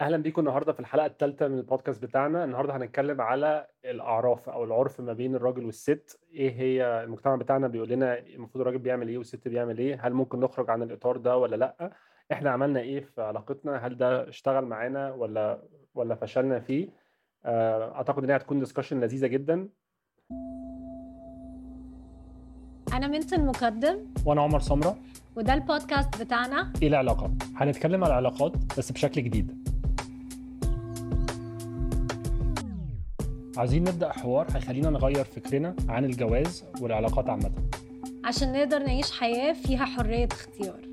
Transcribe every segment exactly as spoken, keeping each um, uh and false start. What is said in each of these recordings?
اهلا بيكم النهارده في الحلقه الثالثه من البودكاست بتاعنا. النهارده هنتكلم على الاعراف او العرف ما بين الراجل والست. ايه هي المجتمع بتاعنا بيقول لنا المفروض الراجل بيعمل ايه والست بيعمل ايه؟ هل ممكن نخرج عن الاطار ده ولا لا؟ احنا عملنا ايه في علاقتنا؟ هل ده اشتغل معانا ولا ولا فشلنا فيه؟ آه، اعتقد ان هي هتكون ديسكشن لذيذه جدا. أنا منتن مقدم، وانا عمر سمرة. وده البودكاست بتاعنا. ايه العلاقات؟ هنتكلم على العلاقات بس بشكل جديد. عايزين نبدأ حوار هيخلينا نغير فكرنا عن الجواز والعلاقات عامة، عشان نقدر نعيش حياة فيها حرية اختيار.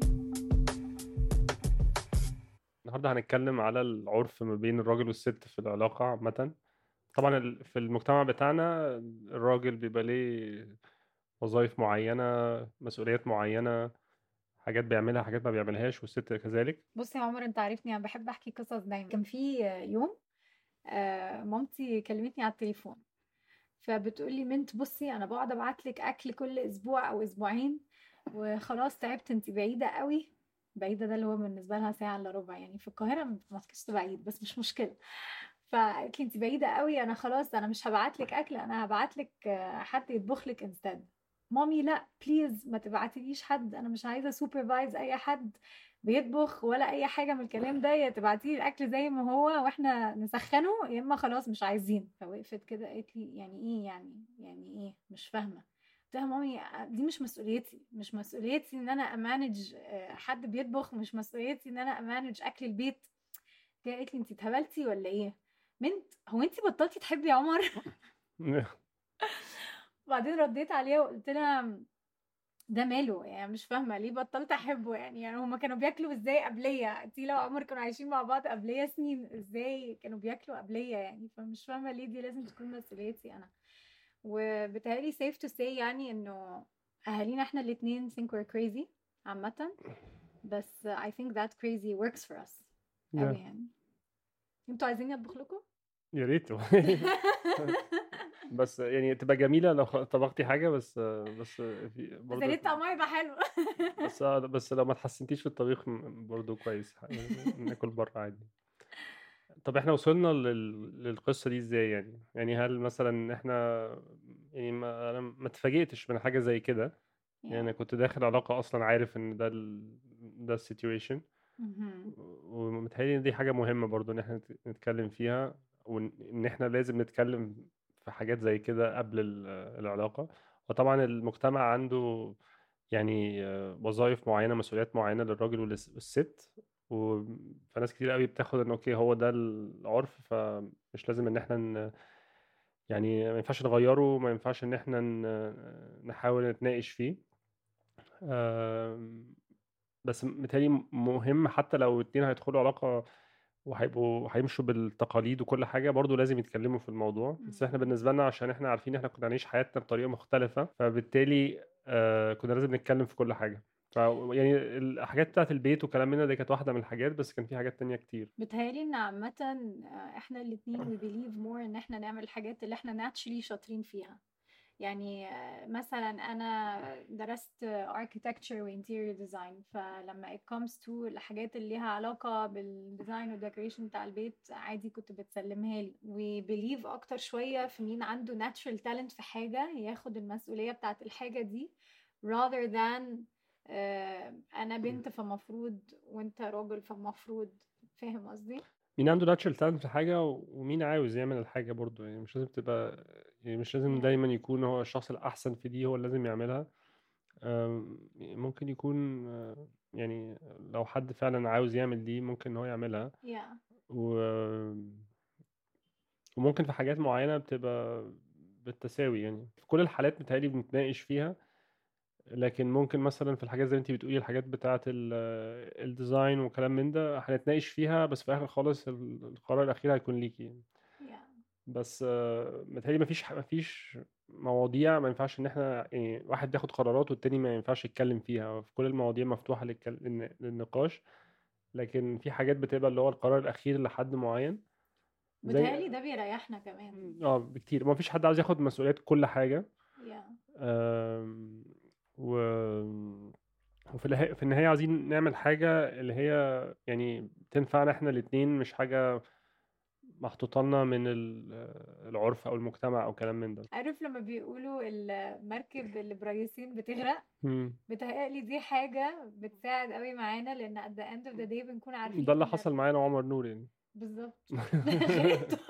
النهارده هنتكلم على العرف ما بين الراجل والست في العلاقه عامه. طبعا ال- في المجتمع بتاعنا الراجل بيبقى ليه وظائف معينة، مسؤوليات معينة، حاجات بيعملها حاجات ما بيعملهاش، والست كذلك. بص يا عمر، انت عارفني انا بحب احكي قصص دايما. كان في يوم آه، مامتي كلمتني على التليفون، فبتقول لي منت بصي انا بقعد ابعت لك اكل كل اسبوع او اسبوعين وخلاص تعبت، انت بعيده قوي. بعيده ده اللي هو بالنسبه لها ساعه الا ربع، يعني في القاهره ما تكونش بعيد بس مش مشكله. فقالت لي انت بعيده قوي، انا خلاص انا مش هبعت لك اكل، انا هبعت لك حد يطبخ لك انستاد. مامي لا بليز ما تبعتليش حد، انا مش عايزه سوبرفايز اي حد بيطبخ ولا اي حاجه من الكلام ده، يا تبعتي لي الاكل زي ما هو واحنا نسخنه يا اما خلاص مش عايزين. فوقفت كده قالت لي يعني ايه يعني يعني ايه مش فاهمه. قلت لها مامي دي مش مسؤوليتي، مش مسؤوليتي ان انا امانج حد بيطبخ، مش مسؤوليتي ان انا امانج اكل البيت. قالت لي انت اتهبلتي ولا ايه منت؟ هو انت بطلتي تحبي عمر؟ وبعدين رديت عليها وقلت لها ده ماله يعني، مش فاهمه ليه بطلت احبه يعني يعني هما كانوا بياكلوا ازاي قبليه؟ تيلا وعمر كانوا عايشين مع بعض قبليه سنين، ازاي كانوا بياكلوا قبليه يعني؟ فمش فاهمه ليه دي لازم تكون مسؤوليتي انا. وبالتالي safe to say يعني انه اهالينا احنا الاتنين think we're crazy عامه، بس I think that crazy works for us قوي Yeah. يعني. انتوا عايزين اطبخ لكم؟ يا ريت. بس يعني تبقى جميلة لو خ- طبختي حاجة، بس بس في بس يا برضه. ريت طعمها يبقى حلو. بس بس لو ما تحسنتيش في الطبيخ م- برضه كويس، ناكل بره عادي. طب احنا وصلنا لل... للقصة دي ازاي يعني؟ يعني هل مثلا احنا يعني ما انا ما اتفاجئتش من حاجة زي كده. يعني انا Yeah. كنت داخل علاقة اصلا عارف ان ده ال... ده السيتويشن. مهم. ومتهيألي ان دي حاجة مهمة برضو ان احنا نت- نتكلم فيها، وان إن احنا لازم نتكلم في حاجات زي كده قبل ال- العلاقة. وطبعا المجتمع عنده يعني آه، وظائف معينة، مسؤوليات معينة للراجل والس- والست. و... فناس كتير قوي بتاخد ان اوكي هو ده العرف، فمش لازم ان احنا ن... يعني ما ينفعش نغيره، ما ينفعش ان احنا ن... نحاول نتناقش فيه. آم، بس متهيألي مهم حتى لو اتنين هيدخلوا علاقة وهيبقوا هيمشوا بالتقاليد وكل حاجة، برضو لازم يتكلموا في الموضوع. بس احنا مهم. بالنسبة لنا عشان احنا عارفين احنا كنا هنعيش حياتنا بطريقة مختلفة، فبالتالي آه كنا لازم نتكلم في كل حاجة. ف يعني الحاجات بتاعت البيت وكلام منها دي كانت واحدة من الحاجات، بس كان في حاجات تانية كتير. بتهيألي ان عامة آه، احنا الاتنين we believe more ان احنا نعمل الحاجات اللي احنا naturally شاطرين فيها. يعني آه، مثلا انا درست architecture و interior design، فلما it comes to الحاجات اللي ليها علاقة بالديزاين والديكوريشن بتاع البيت عادي كنت بتسلمها لي. we believe اكتر شوية في مين عنده natural talent في حاجة ياخد المسؤولية بتاعت الحاجة دي rather than آه، انا بنت فمفروض وانت راجل فمفروض. فاهم قصدي؟ مين عنده ناتشرال تالنت في حاجة ومين عاوز يعمل الحاجة برضو. يعني مش لازم تبقى، يعني مش لازم yeah. دايما يكون هو الشخص الأحسن في دي هو اللي لازم يعملها. آم، ممكن يكون آه، يعني لو حد فعلا عاوز يعمل دي ممكن هو يعملها. yeah. و- وممكن في حاجات معينة بتبقى بالتساوي. يعني في كل الحالات متهيألي بنتناقش فيها، لكن ممكن مثلا في الحاجات زي ما انتي بتقولي الحاجات بتاعة ال- الديزاين وكلام من ده هنتناقش فيها، بس في الآخر خالص ال- القرار الأخير هيكون ليكي يعني. yeah. بس آه، متهيألي مفيش مفيش مواضيع ما ينفعش ان احنا يعني واحد ياخد قرارات والتاني ما ينفعش يتكلم فيها. في كل المواضيع مفتوحة للكل- للن- للنقاش، لكن في حاجات بتبقى اللي هو القرار الأخير لحد معين. زي بتهيألي ده بيريحنا كمان. اه بكتير، ما فيش حد عاوز ياخد مسؤولية كل حاجة. yeah. آم، و وفي النهاية في النهاية عايزين نعمل حاجة اللي هي يعني تنفعنا احنا الاتنين، مش حاجة محطوطة لنا من ال- العرف او المجتمع او كلام من ده. عارف لما بيقولوا المركب اللي بريسين بتغرق، مم. بتهيألي دي حاجة بتساعد قوي معانا، لأن at the end of the day بنكون ده عارفين اللي إن حصل معانا وعمر نور يعني. بالظبط غرقت.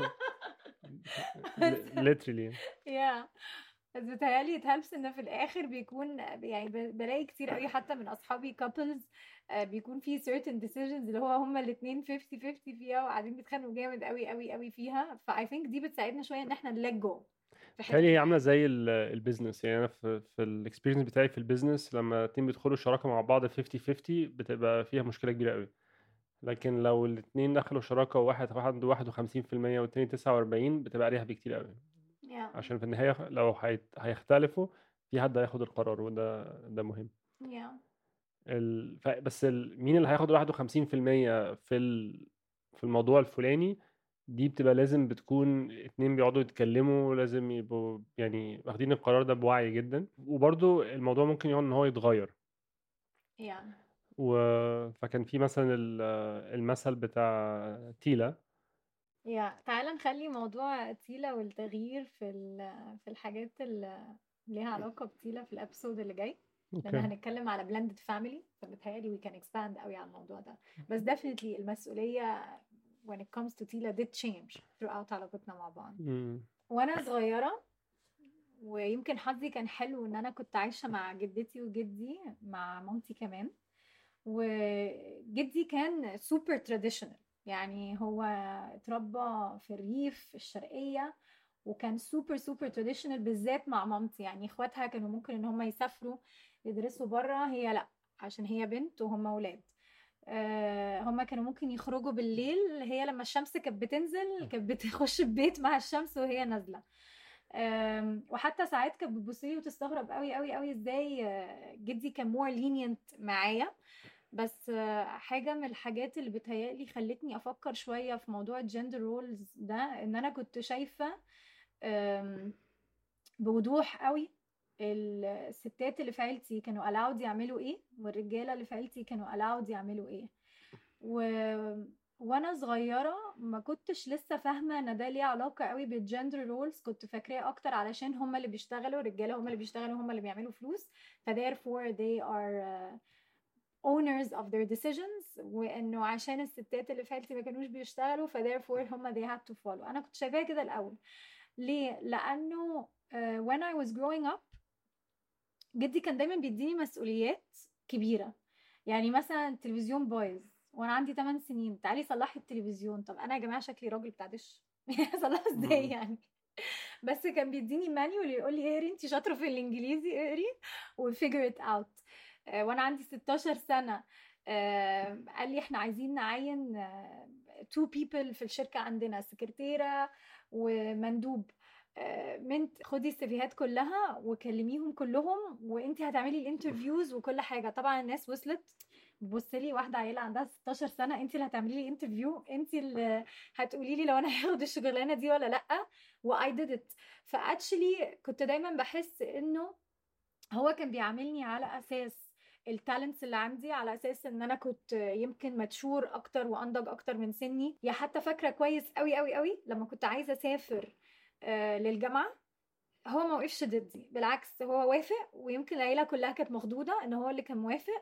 بس literally. يا بس بتهيألي it helps إن في الآخر بيكون يعني ب- بلاقي كتير قوي حتى من أصحابي couples آه، بيكون في certain decisions اللي هو هما الاتنين خمسين خمسين فيها وقاعدين بيتخانقوا جامد قوي قوي قوي فيها. ف I think دي بتساعدنا شوية إن احنا let go في حتة بتهيألي هي عاملة معينة. زي ال- البيزنس. يعني أنا في في الاكسبيرينس بتاعي في البيزنس، لما اتنين بيدخلوا شراكة مع بعض خمسين خمسين بتبقى فيها مشكلة كبيرة قوي. لكن لو الاتنين دخلوا شراكة وواحد واحد عنده واحد وخمسين في المية والتاني تسعة وأربعين بتبقى أريح بكتير قوي. yeah عشان في النهاية لو هيت- هيختلفوا في حد هياخد القرار، وده ده مهم. yeah ال... ف... بس ال... مين اللي هياخد واحد وخمسين في المية في ال... في الموضوع الفلاني، دي بتبقى لازم بتكون اتنين بيقعدوا يتكلموا، لازم يبقوا يعني واخدين القرار ده بوعي جدا. وبرضو الموضوع ممكن يقعد ان هو يتغير. yeah و... فكان في مثلا ال- المثل بتاع تيلا. يا تعالى نخلي موضوع تيلا والتغيير في ال- في الحاجات اللي ليها علاقة بتيلا في الابيسود اللي جاي، لان اوكي. هنتكلم على blended family، فبتهيألي we can expand قوي على الموضوع ده. بس definitely المسؤولية when it comes to تيلا did change throughout علاقتنا مع بعض. مم. وانا صغيرة ويمكن حظي كان حلو ان انا كنت عايشة مع جدتي وجدي مع مامتي كمان، وجدي كان سوبر تراديشنال، يعني هو اتربى في الريف في الشرقية وكان سوبر سوبر تراديشنال بالذات مع مامتي. يعني اخواتها كانوا ممكن ان هم يسافروا يدرسوا بره، هي لا عشان هي بنت وهم ولاد. آه، هما كانوا ممكن يخرجوا بالليل، هي لما الشمس كانت بتنزل كانت بتخش البيت مع الشمس وهي نازلة. آم، وحتى ساعات كانت بتبصلي وتستغرب قوي قوي قوي ازاي آه، جدي كان more lenient معايا. بس آه، حاجة من الحاجات اللي بتهيألي خلتني أفكر شوية في موضوع الجندر رولز ده، إن أنا كنت شايفة آم، بوضوح قوي الستات اللي في عيلتي كانوا allowed يعملوا ايه، والرجالة اللي في عيلتي كانوا allowed يعملوا ايه. و... وانا صغيرة ما كنتش لسه فاهمة ان ده ليه علاقة قوي بالجندر رولز، كنت فاكراه اكتر علشان هما اللي بيشتغلوا، الرجالة هما اللي بيشتغلوا هما اللي بيعملوا فلوس، ف therefore they are uh, owners of their decisions، وانه عشان الستات اللي في عيلتي ما كانوش بيشتغلوا ف therefore هما they had to follow. انا كنت شايفاها كده الاول. ليه؟ لانه uh, when I was growing up جدي كان دايما بيديني مسؤوليات كبيرة. يعني مثلا التلفزيون بايظ وانا عندي ثمانية سنين، تعالي صلحي التلفزيون. طب انا يا جماعة شكلي راجل بتاع دش صلحه ازاي مم. يعني؟ بس كان بيديني مانيول يقول لي اقري، انت شاطرة في الانجليزي اقري وفيجر ات اوت. وانا عندي ستاشر سنة آه، قال لي احنا عايزين نعين آه، two people في الشركة عندنا، سكرتيرة ومندوب. آه، منت خدي السيفيهات كلها وكلميهم كلهم وانت هتعملي الانترفيوز وكل حاجة. طبعا الناس وصلت بص لي واحدة عيلة عندها ستاشر سنة، انت اللي هتعملي لي انترفيو، انت اللي هتقولي لي لو انا هاخد الشغلانة دي ولا لا. و I did it. فاكشلي كنت دايما بحس انه هو كان بيعاملني على اساس التالنتس اللي عندي، على اساس ان انا كنت يمكن متشور اكتر وانضج اكتر من سني. يا حتى فاكره كويس قوي قوي قوي لما كنت عايزه اسافر آه، للجامعه، هو ما وقفش ضدي، بالعكس هو وافق، ويمكن العيله كلها كانت مخضوضه ان هو اللي كان موافق.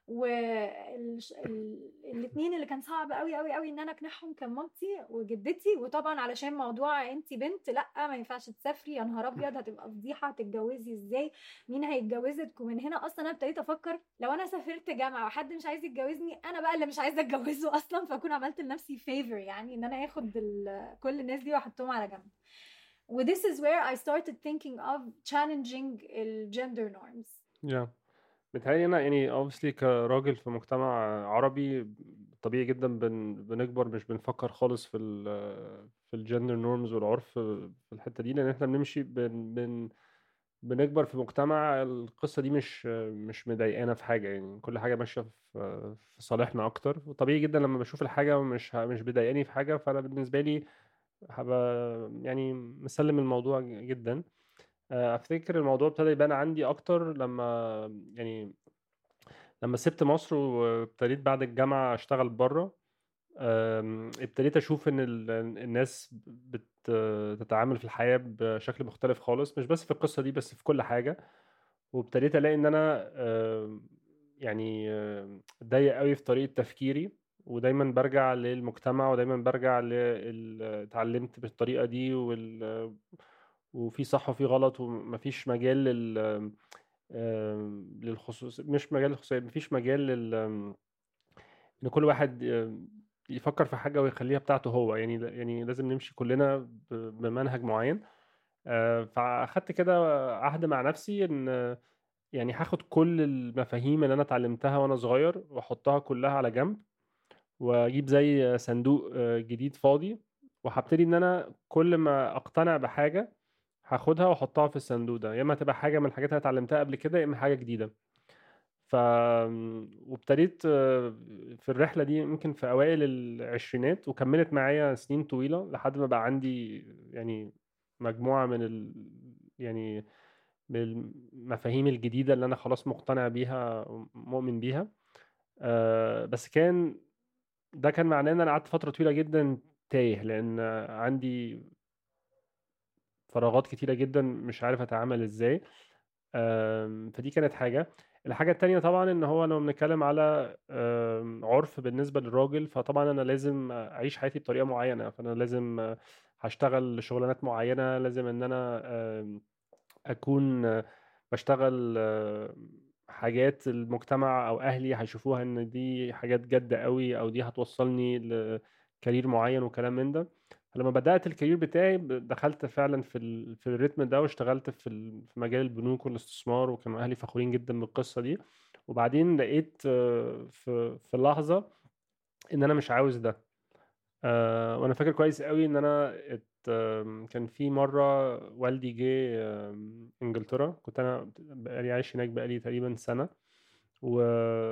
والاثنين اللي كان صعب قوي قوي قوي ان انا اقنعهم كان مامتي وجدتي. وطبعا علشان موضوع انت بنت لا ما ينفعش تسافري، يا نهار ابيض هتبقى فضيحه، هتتجوزي ازاي، مين هيتجوزك. ومن هنا اصلا انا ابتديت افكر لو انا سافرت جامعه وحد مش عايز يتجوزني، انا بقى اللي مش عايزه اتجوزه اصلا، فاكون عملت لنفسي فيفر، يعني ان انا اخد ال- كل الناس دي واحطهم على جنب. و this is where I started thinking of challenging ال gender norms. yeah. بتهيألي أنا يعني obviously كراجل في مجتمع عربي طبيعي جدا بن... بنكبر مش بنفكر خالص في ال في الجندر نورمز والعرف في الحتة دي، لأن احنا بنمشي بن... بن... بنكبر في مجتمع القصة دي مش مش مضايقانا في حاجة. يعني كل حاجة ماشية في في صالحنا أكتر. وطبيعي جدا لما بشوف الحاجة مش ه- مش بتضايقاني في حاجة، فأنا بالنسبة لي هبقى يعني مسلم الموضوع جدا. افتكر الموضوع ابتدى يبان عندي اكتر لما يعني لما سبت مصر وابتديت بعد الجامعة اشتغل بره، آم، ابتديت اشوف ان ال- الناس بتتعامل في الحياة بشكل مختلف خالص، مش بس في القصة دي بس في كل حاجة. وابتديت الاقي ان انا آم، يعني آم، ضيق قوي في طريقة تفكيري، ودايما برجع للمجتمع، ودايما برجع لل اتعلمت بالطريقة دي، وال... وفي صح وفي غلط، ومفيش مجال لل آم، للخصوص مش مجال للخصوصية، مفيش مجال لل آم، ان كل واحد آم، يفكر في حاجة ويخليها بتاعته هو، يعني يعني لازم نمشي كلنا ب- بمنهج معين. آه، فأخدت كده عهد مع نفسي ان آه، يعني هاخد كل المفاهيم اللي انا اتعلمتها وانا صغير واحطها كلها على جنب، واجيب زي صندوق آه، جديد فاضي، وهبتدي ان انا كل ما اقتنع بحاجة هاخدها واحطها في الصندوق ده، يا اما تبقى حاجة من الحاجات اللي اتعلمتها قبل كده، يا اما حاجة جديدة. ف وابتديت آه، في الرحلة دي يمكن في أوائل العشرينات، وكملت معايا سنين طويلة لحد ما بقى عندي يعني مجموعة من ال... يعني من المفاهيم الجديدة اللي أنا خلاص مقتنع بيها ومؤمن بيها. آه، بس كان ده كان معناه إن أنا قعدت فترة طويلة جدا تايه، لأن عندي فراغات كتيرة جدا مش عارف أتعامل إزاي. آم، فدي كانت حاجة. الحاجة التانية طبعا ان هو لو بنتكلم على آم، عرف بالنسبة للراجل، فطبعا انا لازم اعيش حياتي بطريقة معينة، فانا لازم آه، هشتغل شغلانات معينة، لازم ان انا آم، اكون آه، بشتغل آه، حاجات المجتمع او اهلي هيشوفوها ان دي حاجات جد قوي، او دي هتوصلني لكارير معين وكلام من ده. فلما بدأت الكارير بتاعي ب- دخلت فعلا في ال... في الريتم ده، واشتغلت في ال... في مجال البنوك والاستثمار، وكانوا اهلي فخورين جدا بالقصة دي. وبعدين لقيت آه، في في لحظة ان انا مش عاوز ده. آه، وانا فاكر كويس قوي ان انا ات آم، كان في مره والدي جه آم، انجلترا، كنت انا بقالي عايش هناك بقالي تقريبا سنه، و...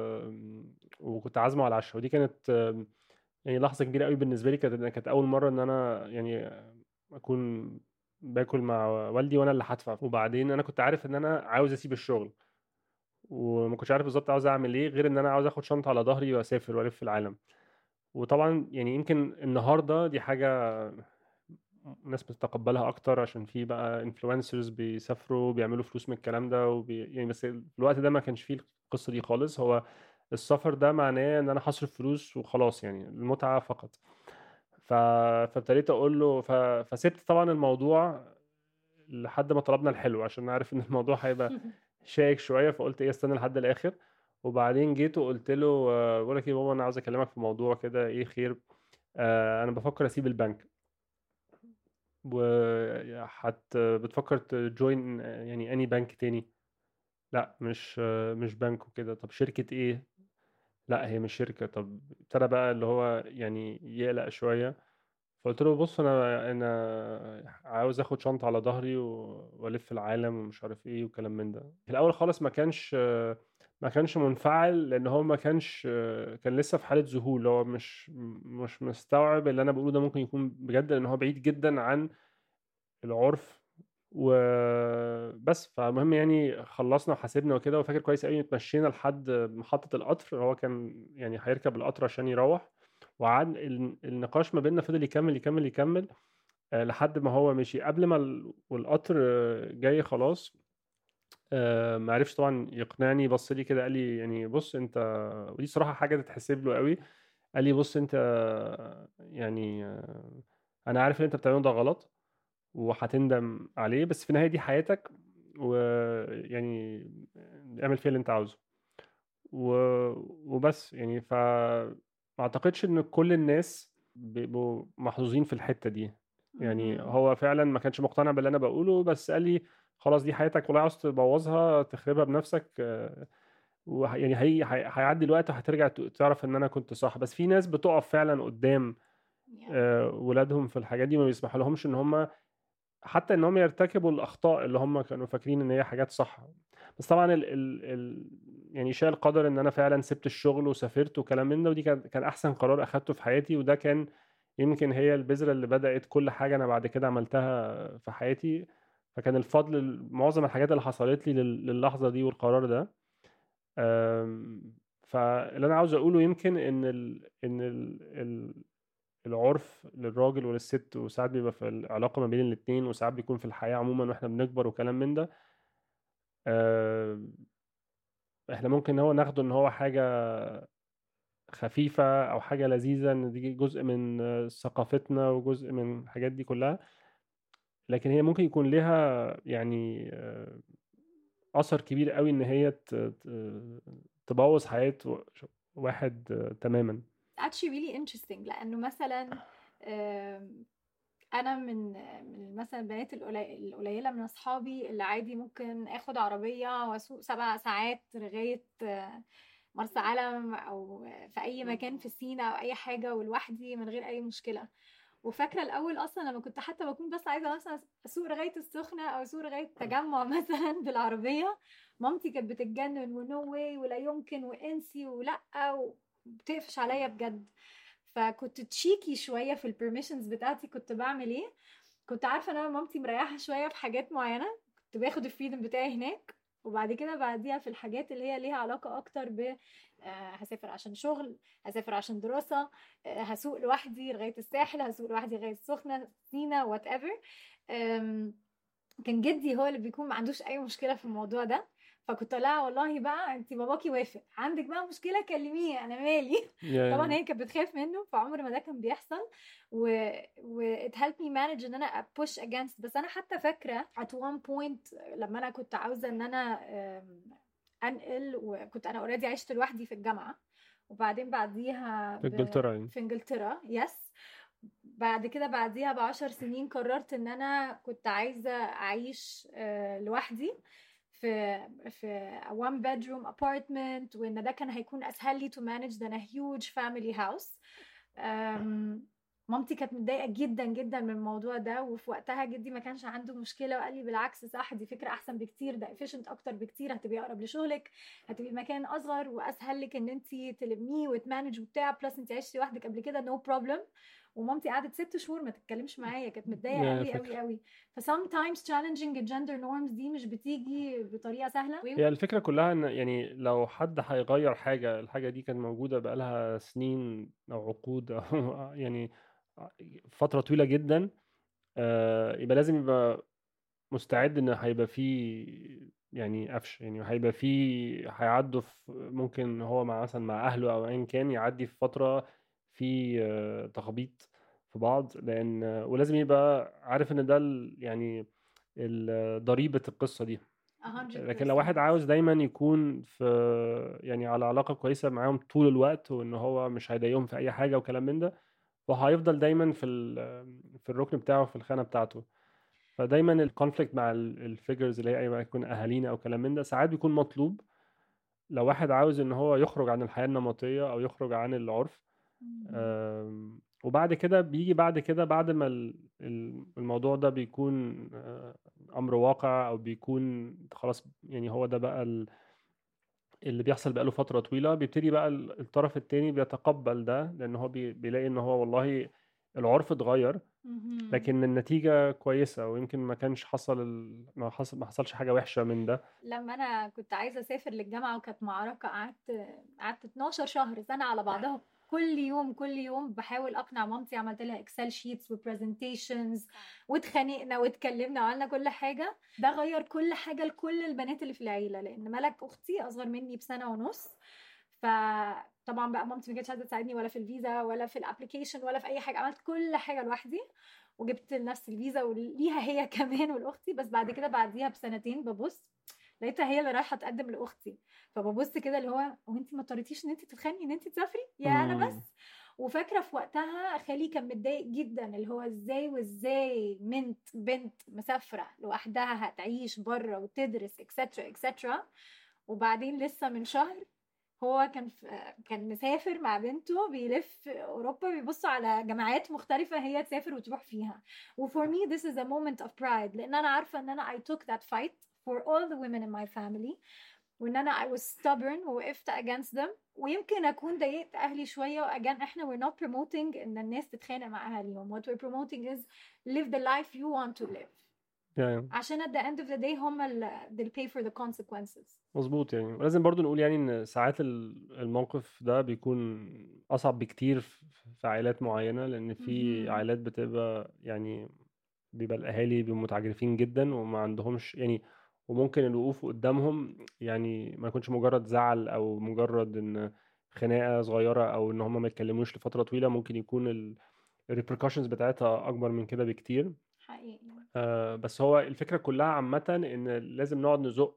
وكنت عازمه على العشاء، ودي كانت آم، يعني لحظه كبيره قوي بالنسبه لي، كانت كانت اول مره ان انا يعني اكون باكل مع والدي وانا اللي هدفع. وبعدين انا كنت عارف ان انا عاوز اسيب الشغل، وما كنتش عارف بالظبط عاوز اعمل ايه، غير ان انا عاوز اخد شنطه على ظهري واسافر والف العالم. وطبعا يعني يمكن النهارده دي حاجه الناس بتتقبلها اكتر، عشان في بقى انفلونسرز بيسافروا بيعملوا فلوس من الكلام ده وبي... يعني بس في الوقت ده ما كانش فيه القصة دي خالص. هو السفر ده معناه ان انا هصرف فلوس وخلاص، يعني المتعة فقط. ف... فابتديت اقول له ف... فسبت طبعا الموضوع لحد ما طلبنا الحلو، عشان عارف ان الموضوع هيبقى شائك شوية، فقلت ايه استنى لحد الاخر. وبعدين جيت وقلت له آه، بقول لك ايه يا بابا، انا عاوز اكلمك في موضوع كده، ايه خير؟ آه، انا بفكر اسيب البنك. وحت بتفكر تجوين يعني اني بنك تاني؟ لا مش مش بنك وكده. طب شركة ايه؟ لا هي مش شركة. طب ابتدى بقى اللي هو يعني يقلق شوية. فقلت له بص، انا انا عاوز اخد شنطة على ظهري و- والف العالم ومش عارف ايه وكلام من ده. في الاول خالص ما كانش ما كانش منفعل، لان هو ما كانش كان لسه في حالة ذهول، هو مش مش مستوعب اللي انا بقوله ده ممكن يكون بجد، لان هو بعيد جدا عن العرف وبس. فالمهم يعني خلصنا وحاسبنا وكده، وفاكر كويس قوي اتمشينا لحد محطة القطر، هو كان يعني هيركب القطر عشان يروح. وقعد ال- النقاش ما بيننا فضل يكمل يكمل يكمل آه، لحد ما هو مشي قبل ما ال- والقطر آه، جاي خلاص. آه، ما عرفش طبعا يقنعني، بص لي كده قال لي يعني بص انت، ودي صراحة حاجة تتحسب له قوي. قال لي بص انت آه، يعني آه، انا عارف ان انت بتعمله ده غلط وهتندم عليه، بس في النهاية دي حياتك، ويعني اعمل فيها اللي انت عاوزه و... وبس. يعني ف ما اعتقدش ان كل الناس بيبقوا محظوظين في الحتة دي. يعني مهم. هو فعلا ما كانش مقتنع باللي انا بقوله، بس قال لي خلاص دي حياتك، ولا عاوز تبوظها تخربها بنفسك آه، وه... يعني هي... هي... هيعدي الوقت وهترجع ت- تعرف ان انا كنت صح. بس في ناس بتقف فعلا قدام Yeah. آه، ولادهم في الحاجات دي، ما بيسمح لهمش ان هم حتى ان هم يرتكبوا الاخطاء اللي هم كانوا فاكرين ان هي حاجات صح. بس طبعا ال ال ال يعني شاء القدر ان انا فعلا سبت الشغل وسافرت وكلام من ده، ودي كان كان احسن قرار اخدته في حياتي، وده كان يمكن هي البذرة اللي بدأت كل حاجة انا بعد كده عملتها في حياتي. فكان الفضل معظم الحاجات اللي حصلت لي لل- للحظة دي والقرار ده. آم، فاللي انا عاوز اقوله يمكن ان ال ان ال ال العرف للراجل وللست، وساعات بيبقى في العلاقة ما بين الاتنين، وساعات بيكون في الحياة عموما واحنا بنكبر وكلام من ده. آم، احنا ممكن هو ناخده ان هو حاجة خفيفة او حاجة لذيذة، ان دي جزء من آه، ثقافتنا وجزء من الحاجات دي كلها، لكن هي ممكن يكون لها يعني آه، أثر كبير قوي ان هي ت- ت- تبوظ حياة واحد آه، تماما. actually really interesting، لأنه مثلا آم، أنا من من مثلا البنات القلي- القليلة من أصحابي اللي عادي ممكن آخد عربية وأسوق سبع ساعات لغاية آه، مرسى علم أو في أي مكان في سينا أو أي حاجة ولوحدي من غير أي مشكلة. وفاكرة الأول أصلا لما كنت حتى بكون بس عايزة مثلا أسوق لغاية السخنة أو أسوق لغاية التجمع مثلا بالعربية، مامتي كانت بتتجنن ونو واي ولا يمكن وانسي ولا، وبتقفش عليا بجد. فكنت تشيكي شويه في البرميشنز بتاعتي. كنت بعمل ايه؟ كنت عارفه ان انا مامتي مريحه شويه في حاجات معينه، كنت باخد الفريدم بتاعي هناك. وبعد كده بعديها في الحاجات اللي هي ليها علاقه اكتر ب آه، هسافر عشان شغل، هسافر عشان دراسه، آه، هسوق لوحدي لغايه الساحل، هسوق لوحدي لغايه السخنه، سينا، وات ايفر. كان جدي هو اللي بيكون ما عندوش اي مشكله في الموضوع ده. فكنت لا والله بقى انت باباكي وافق، عندك بقى مشكله كلميه انا مالي. طبعا يعني هي كانت بتخاف منه، فعمر ما ده كان بيحصل. و و it helped me manage ان انا push against. بس انا حتى فاكره at one point لما انا كنت عاوزه ان انا أم، انقل، وكنت انا اوريدي عشت لوحدي في الجامعه، وبعدين بعديها في ب... انجلترا يعني. في انجلترا، يس. بعد كده بعديها بعشر سنين قررت ان انا كنت عايزة اعيش آه، لوحدي في في one bedroom apartment، وان ده كان هيكون اسهل لي to manage than a huge family house. أم، مامتي كانت متضايقة جدا جدا من الموضوع ده، وفي وقتها جدي ما كانش عنده مشكلة وقال لي بالعكس صح، دي فكرة احسن بكتير، ده efficient اكتر بكتير، هتبقي اقرب لشغلك، هتبقي مكان اصغر واسهل لك ان انت تلميه وتمانج وبتاع، بلس انت عشتي لوحدك قبل كده no problem. ومامتي قعدت ست شهور ما تتكلمش معايا، كانت متضايقة يعني قوي قوي فكرة قوي. ف sometimes challenging gender norms دي مش بتيجي بطريقة سهلة. هي الفكرة كلها ان يعني لو حد هيغير حاجة، الحاجة دي كانت موجودة بقالها سنين او عقود او يعني فترة طويلة جدا، آه، يبقى لازم يبقى مستعد ان هيبقى فيه يعني قفش، يعني هيبقى فيه هيعدوا في ممكن هو مع مثلا مع اهله او ايا كان يعدي في فترة في آه، تخبيط في بعض، لان ولازم يبقى عارف ان ده ال- يعني ال- ضريبة القصة دي. لكن لو واحد one hundred percent. عاوز دايما يكون في يعني على علاقة كويسة معاهم طول الوقت، وان هو مش هيضايقهم في اي حاجة وكلام من ده، وهيفضل دايما في ال- في الركن بتاعه في الخانة بتاعته. فدايما الكونفليكت مع الفيجرز اللي هي ايوه يكون اهالينا او كلام من ده ساعات بيكون مطلوب لو واحد عاوز ان هو يخرج عن الحياة النمطية او يخرج عن العرف. مهم. آم، وبعد كده بيجي بعد كده بعد ما ال- ال- الموضوع ده بيكون آه، امر واقع، او بيكون خلاص يعني هو ده بقى ال- اللي بيحصل بقاله فترة طويلة، بيبتدي بقى ال- الطرف التاني بيتقبل ده، لان هو بي- بيلاقي ان هو والله العرف اتغير، مهم. لكن النتيجة كويسة، ويمكن ما كانش حصل ال... ما حصل ما حصلش حاجة وحشة من ده. لما انا كنت عايزه اسافر للجامعه وكانت معركه، قعدت قعدت اتناشر شهر سنه على بعضها، كل يوم كل يوم بحاول اقنع مامتي، عملت لها اكسل شيتس وبرزنتيشنز، واتخانقنا واتكلمنا وعملنا كل حاجه. ده غير كل حاجه لكل البنات اللي في العيله، لان ملك اختي اصغر مني بسنه ونص. فطبعا بقى مامتي ما كانتش عايزه تساعدني ولا في الفيزا ولا في الابلكيشن ولا في اي حاجه، عملت كل حاجه لوحدي، وجبت لنفسي الفيزا وليها هي كمان ولاختي. بس بعد كده بعديها بسنتين ببص لقيتها هي اللي رايحه تقدم لاختي، فببص كده اللي هو هو انت ما اضطريتيش ان انت تتخانقي ان انت تسافري يا انا امم بس. وفاكره في وقتها خالي كان متضايق جدا، اللي هو ازاي وازاي بنت بنت مسافره لوحدها هتعيش بره وتدرس اكسترا اكسترا. وبعدين لسه من شهر هو كان في كان مسافر مع بنته بيلف اوروبا، بيبص على جامعات مختلفه هي تسافر وتروح فيها. وفور مي this is a moment of pride، لان انا عارفه ان انا I took that fight for all the women in my family، وان انا I was stubborn ووقفت against them. ويمكن اكون ضايقت اهلي شويه، واجان احنا we're not promoting ان الناس تتخانق مع اهاليهم. what we're promoting is live the life you want to live. يعني عشان at the end of the day هم ال they'll pay for the consequences. مظبوط يعني. ولازم برضو نقول يعني ان ساعات ال- الموقف ده بيكون اصعب بكتير في في عائلات معينة، لان في مهم. عائلات بتبقى يعني بيبقى الاهالي بيبقوا متعجرفين جدا وما عندهمش يعني، وممكن الوقوف قدامهم يعني ما يكونش مجرد زعل او مجرد ان خناقة صغيرة او ان هم ما يتكلموش لفترة طويلة، ممكن يكون الريبريكاشنز بتاعتها اكبر من كده بكتير. حقيقي. آه، بس هو الفكرة كلها عامة ان لازم نقعد نزق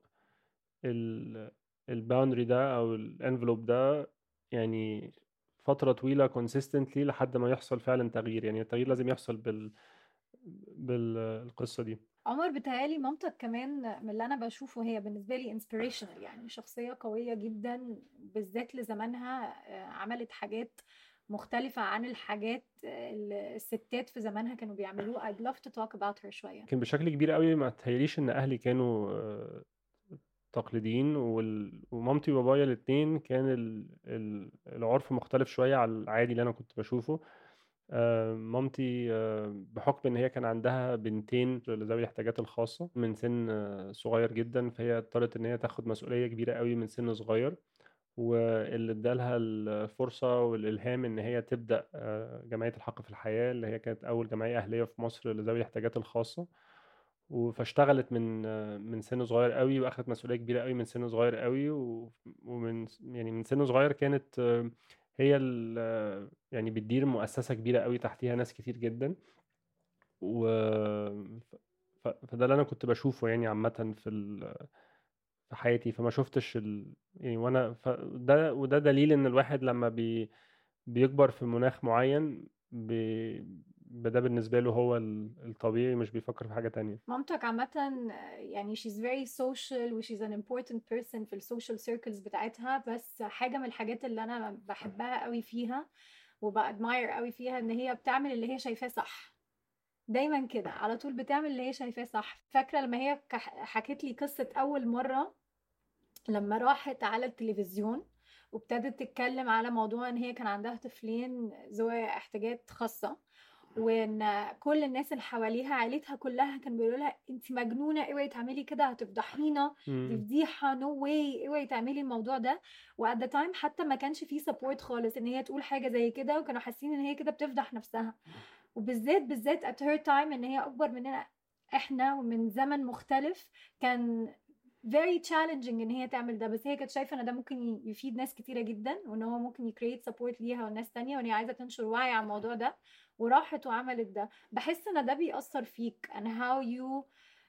الباوندري ده او الانفلوب ده يعني فترة طويلة consistently لحد ما يحصل فعلا تغيير. يعني التغيير لازم يحصل بال بالقصة دي. عمر بتهيالي مامتك كمان من اللي انا بشوفه هي بالنسبه لي inspirational، يعني شخصيه قويه جدا بالذات لزمانها. آه، عملت حاجات مختلفه عن الحاجات اللي الستات في زمانها كانوا بيعملوه. I'd love to talk about her شويه. لكن بشكل كبير قوي ما تهيليش ان اهلي كانوا آه، تقليديين، وال... ومامتي وبابايا الاتنين كان ال... ال- العرف مختلف شوية على العادي اللي انا كنت بشوفه. آه، مامتي آه، بحكم ان هي كان عندها بنتين ذوي الاحتياجات الخاصة من سن آه، صغير جدا، فهي اضطرت ان هي تاخد مسؤولية كبيرة قوي من سن صغير، واللي ادالها الفرصة والإلهام ان هي تبدأ آه، جمعية الحق في الحياة، اللي هي كانت اول جمعية اهلية في مصر لذوي الاحتياجات الخاصة. و- فاشتغلت من آه، من سن صغير قوي، واخدت مسؤولية كبيرة قوي من سن صغير قوي، و- ومن يعني من سن صغير كانت آه، هي ال- آه، يعني بتدير مؤسسة كبيرة قوي تحتيها ناس كتير جدا. و ف- فده اللي انا كنت بشوفه يعني عامة في ال... في حياتي. فما شفتش ال... يعني وانا ف... ده وده دليل ان الواحد لما بي... بيكبر في مناخ معين بي... ده بالنسبة له هو ال- الطبيعي، مش بيفكر في حاجة تانية. مامتك عامة يعني she's very social و she's an important person في السوشيال سيركلز بتاعتها. بس حاجة من الحاجات اللي أنا بحبها قوي فيها وبأدماير قوي فيها إن هي بتعمل اللي هي شايفاه صح. دايما كده على طول بتعمل اللي هي شايفاه صح. فاكرة لما هي كح- حكت لي قصة أول مرة لما راحت على التلفزيون وابتدت تتكلم على موضوع ان هي كان عندها طفلين ذوي احتياجات خاصة، وان كل الناس اللي حواليها عيلتها كلها كانوا بيقولوا لها انت مجنونه، اوعي تعملي كده هتفضحينا، دي مم. فضيحه، نو واي، اوعي تعملي الموضوع ده. وات ذا تايم حتى ما كانش فيه سبورت خالص ان هي تقول حاجه زي كده، وكانوا حاسين ان هي كده بتفضح نفسها. وبالذات بالذات at her time ان هي اكبر مننا احنا ومن زمن مختلف، كان very challenging ان هي تعمل ده. بس هي كانت شايفه ان ده ممكن يفيد ناس كتيره جدا، وان هو ممكن يكريت سبورت ليها وناس تانية، وان هي عايزه تنشر وعي على الموضوع ده، وراحت وعملت ده. بحس ان ده بيأثر فيك and how you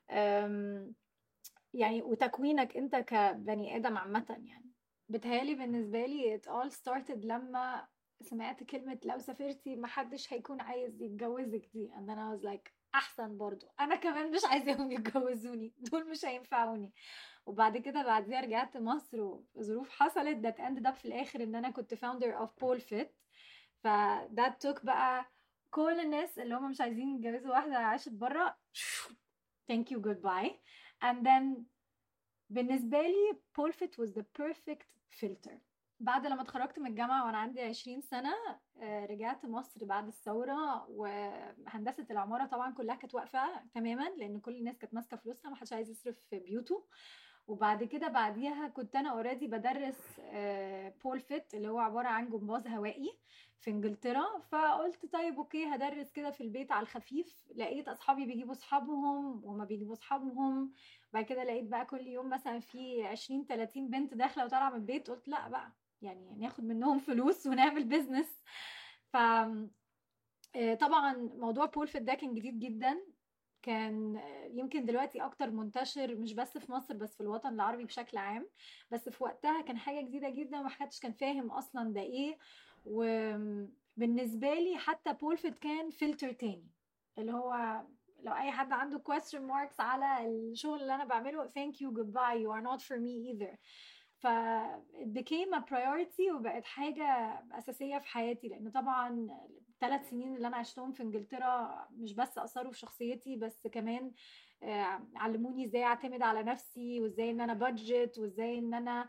um, يعني وتكوينك انت كبني ادم عامه. يعني بتهيالي بالنسبه لي it all started لما سمعت كلمه لو سافرتي محدش هيكون عايز يتجوزك دي، and then I was like احسن برضو انا كمان مش عايزاهم يتجوزوني، دول مش هينفعوني. وبعد كده بعديها رجعت مصر وظروف حصلت that ended up في الاخر ان انا كنت founder of PoleFit. ف that took بقى كل الناس اللي هم مش عايزين يتجوزوا واحدة عاشت برا thank you goodbye. and then بالنسبة لي PoleFit was the perfect filter. بعد لما اتخرجت من الجامعة وانا عندي عشرين سنة رجعت مصر بعد الثورة، وهندسة العمارة طبعا كلها كانت واقفة تماما لان كل الناس كانت ماسكة فلوسها، ما حدش عايز يصرف في بيوته. وبعد كده بعديها كنت انا اوريدي بدرس بول فيت اللي هو عباره عن جمباز هوائي في انجلترا. فقلت طيب اوكي هدرس كده في البيت على الخفيف. لقيت اصحابي بيجيبوا اصحابهم وما بيجيبوا اصحابهم. بعد كده لقيت بقى كل يوم مثلا في عشرين تلاتين بنت داخله وطالعه من البيت. قلت لا بقى يعني ناخد منهم فلوس ونعمل بيزنس. ف طبعا موضوع بول فيت ده كان جديد جدا، كان يمكن دلوقتي اكتر منتشر مش بس في مصر بس في الوطن العربي بشكل عام. بس في وقتها كان حاجة جديدة جدا ومحدش كان فاهم اصلا ده ايه. وبالنسبة لي حتى بولفيت كان فلتر تاني، اللي هو لو اي حد عنده question marks على الشغل اللي انا بعمله thank you goodbye you are not for me either. ف it became a priority وبقت حاجة أساسية في حياتي. لأن طبعا الثلاث سنين اللي أنا عشتهم في إنجلترا مش بس أثروا في شخصيتي، بس كمان علموني إزاي أعتمد على نفسي، وإزاي إن أنا budget، وإزاي إن أنا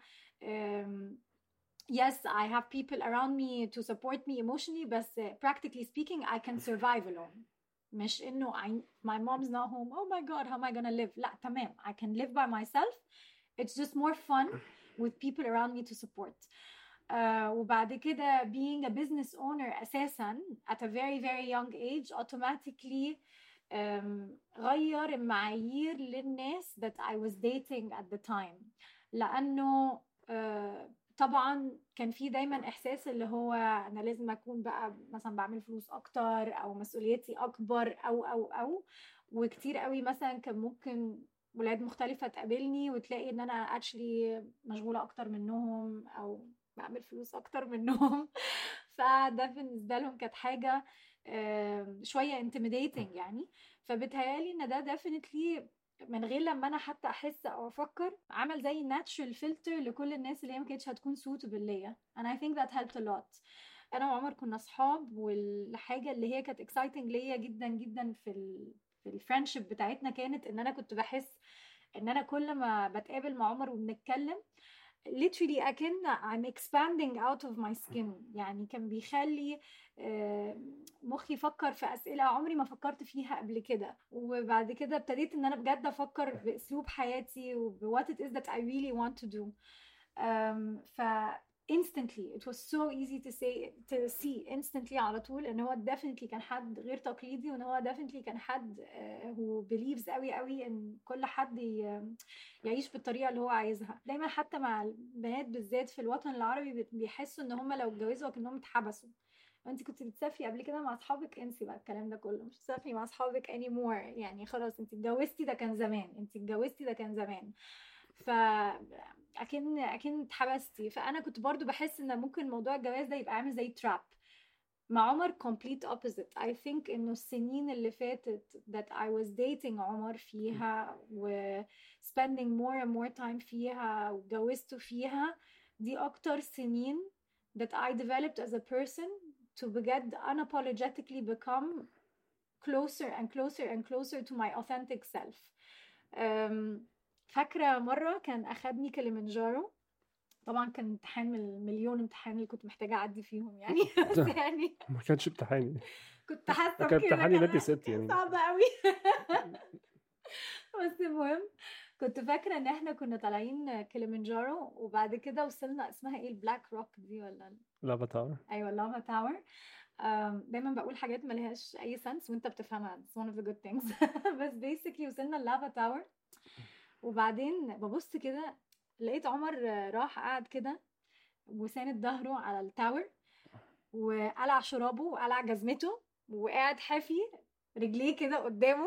yes I have people around me to support me emotionally، بس practically speaking I can survive alone. مش انه I, my mom's not home, oh my god how am I gonna live. لا تمام, I can live by myself, it's just more fun with people around me to support. uh, وبعد كده being a business owner أساسا at a very very young age automatically um, غير المعايير للناس that I was dating at the time. لأنه uh, طبعا كان في دايما إحساس اللي هو أنا لازم أكون بقى مثلا بعمل فلوس أكتر أو مسؤوليتي أكبر أو أو أو وكتير قوي مثلا كان ممكن ولاد مختلفة تقابلني وتلاقي ان انا actually مشغولة اكتر منهم او بعمل فلوس اكتر منهم. فده بالنسبة لهم كانت حاجة شوية intimidating يعني. فبتهيالي ان ده definitely من غير لما انا حتى احس او افكر عمل زي natural filter لكل الناس اللي هي ما كانتش هتكون suitable ليا. and I think that helped a lot. انا وعمر كنا اصحاب, والحاجة اللي هي كانت exciting ليا جدا جدا في ال في الفريندشيب بتاعتنا كانت ان انا كنت بحس ان انا كل ما بتقابل مع عمر وبنتكلم literally اكن I'm expanding out of my skin. يعني كان بيخلي مخي يفكر في اسئله عمري ما فكرت فيها قبل كده, وبعد كده ابتديت ان انا بجد افكر باسلوب حياتي و what it is that I really want to do. um, ف instantly it was so easy to say to see instantly على طول ان هو definitely كان حد غير تقليدي, وان هو definitely كان حد uh, who believes قوي قوي ان كل حد يعيش بالطريقه اللي هو عايزها. دايما حتى مع البنات بالذات في الوطن العربي بيحسوا ان هم لو اتجوزوا كانهم اتحبسوا. انت كنت بتسافري قبل كده مع اصحابك, انسي بقى الكلام ده كله, مش بتسافري مع اصحابك anymore يعني خلاص انت اتجوزتي ده كان زمان, انت اتجوزتي ده كان زمان. ف اكن اكن اتحبستي. فانا كنت برضو بحس ان ممكن موضوع الجواز ده يبقى عامل زي تراب. مع عمر complete opposite. I think انه السنين اللي فاتت that I was dating عمر فيها و spending more and more time فيها وجوزته فيها, دي اكتر سنين that I developed as a person to بجد unapologetically become closer and closer and closer to my authentic self. um, فاكرة مرة كان أخدني كليمنجارو, طبعا كان امتحان من المليون امتحان اللي كنت محتاجة أعدي فيهم يعني بس يعني ما كانش امتحاني, كنت حاسة كان بكده, امتحاني نادي كان ست يعني. صعب قوي بس المهم كنت فاكرة ان احنا كنا طالعين كليمنجارو, وبعد كده وصلنا اسمها ايه البلاك روك دي ولا لافا تاور. ايوه لافا تاور. دايما بقول حاجات ملهاش اي سنس وانت بتفهمها, it's one of the good things بس basically وصلنا اللافا تاور, وبعدين ببص كده لقيت عمر راح قاعد كده وساند ظهره على التاور وقلع شرابه وقلع جزمته وقاعد حافي رجليه كده قدامه